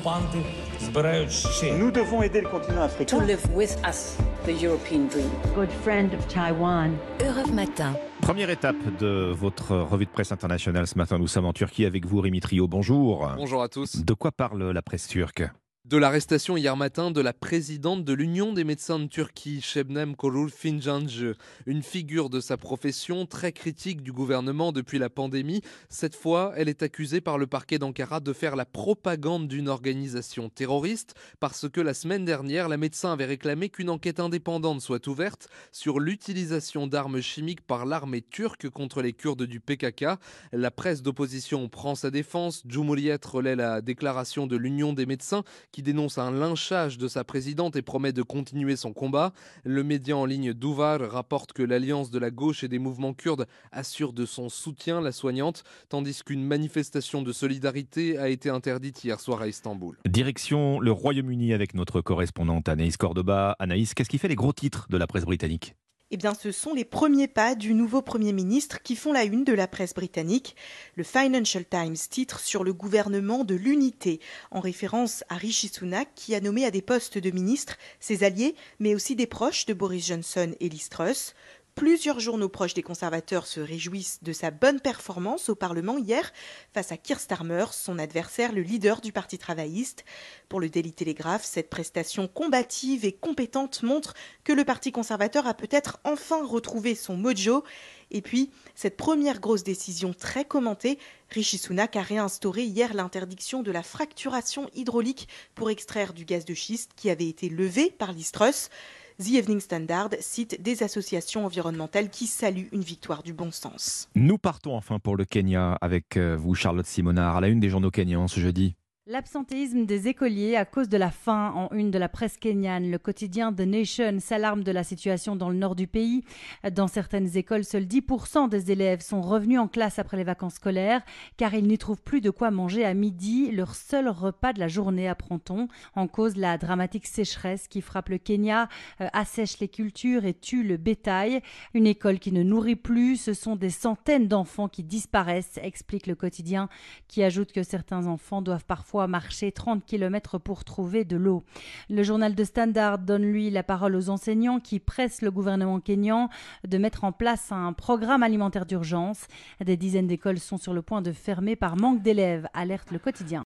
Nous devons aider le continent africain. To live with us, the European dream. Good friend of Taiwan. Europe Matin. Première étape de votre revue de presse internationale ce matin. Nous sommes en Turquie avec vous, Rémi Trio. Bonjour. Bonjour à tous. De quoi parle la presse turque ? De l'arrestation hier matin de la présidente de l'Union des médecins de Turquie, Şebnem Korur Fincancı, une figure de sa profession très critique du gouvernement depuis la pandémie. Cette fois, elle est accusée par le parquet d'Ankara de faire la propagande d'une organisation terroriste parce que la semaine dernière, la médecin avait réclamé qu'une enquête indépendante soit ouverte sur l'utilisation d'armes chimiques par l'armée turque contre les Kurdes du PKK. La presse d'opposition prend sa défense. Cumhuriyet relaie la déclaration de l'Union des médecins qui dénonce un lynchage de sa présidente et promet de continuer son combat. Le média en ligne Duvar rapporte que l'alliance de la gauche et des mouvements kurdes assure de son soutien la soignante, tandis qu'une manifestation de solidarité a été interdite hier soir à Istanbul. Direction le Royaume-Uni avec notre correspondante Anaïs Cordoba. Anaïs, qu'est-ce qui fait les gros titres de la presse britannique ? Eh bien, ce sont les premiers pas du nouveau Premier ministre qui font la une de la presse britannique. Le Financial Times titre sur le gouvernement de l'unité, en référence à Rishi Sunak, qui a nommé à des postes de ministres ses alliés, mais aussi des proches de Boris Johnson et Liz Truss. Plusieurs journaux proches des conservateurs se réjouissent de sa bonne performance au Parlement hier face à Keir Starmer, son adversaire, le leader du Parti travailliste. Pour le Daily Telegraph, cette prestation combative et compétente montre que le Parti conservateur a peut-être enfin retrouvé son mojo. Et puis, cette première grosse décision très commentée, Rishi Sunak a réinstauré hier l'interdiction de la fracturation hydraulique pour extraire du gaz de schiste qui avait été levée par Liz Truss. The Evening Standard cite des associations environnementales qui saluent une victoire du bon sens. Nous partons enfin pour le Kenya avec vous, Charlotte Simonard, à la une des journaux kenyans ce jeudi. L'absentéisme des écoliers à cause de la faim en une de la presse kenyane. Le quotidien The Nation s'alarme de la situation dans le nord du pays. Dans certaines écoles, seuls 10% des élèves sont revenus en classe après les vacances scolaires car ils n'y trouvent plus de quoi manger à midi, leur seul repas de la journée, apprend-on. En cause, la dramatique sécheresse qui frappe le Kenya, assèche les cultures et tue le bétail. Une école qui ne nourrit plus, ce sont des centaines d'enfants qui disparaissent, explique le quotidien, qui ajoute que certains enfants doivent parfois marcher 30 km pour trouver de l'eau. Le journal de Standard donne lui la parole aux enseignants qui pressent le gouvernement kényan de mettre en place un programme alimentaire d'urgence. Des dizaines d'écoles sont sur le point de fermer par manque d'élèves, alerte le quotidien.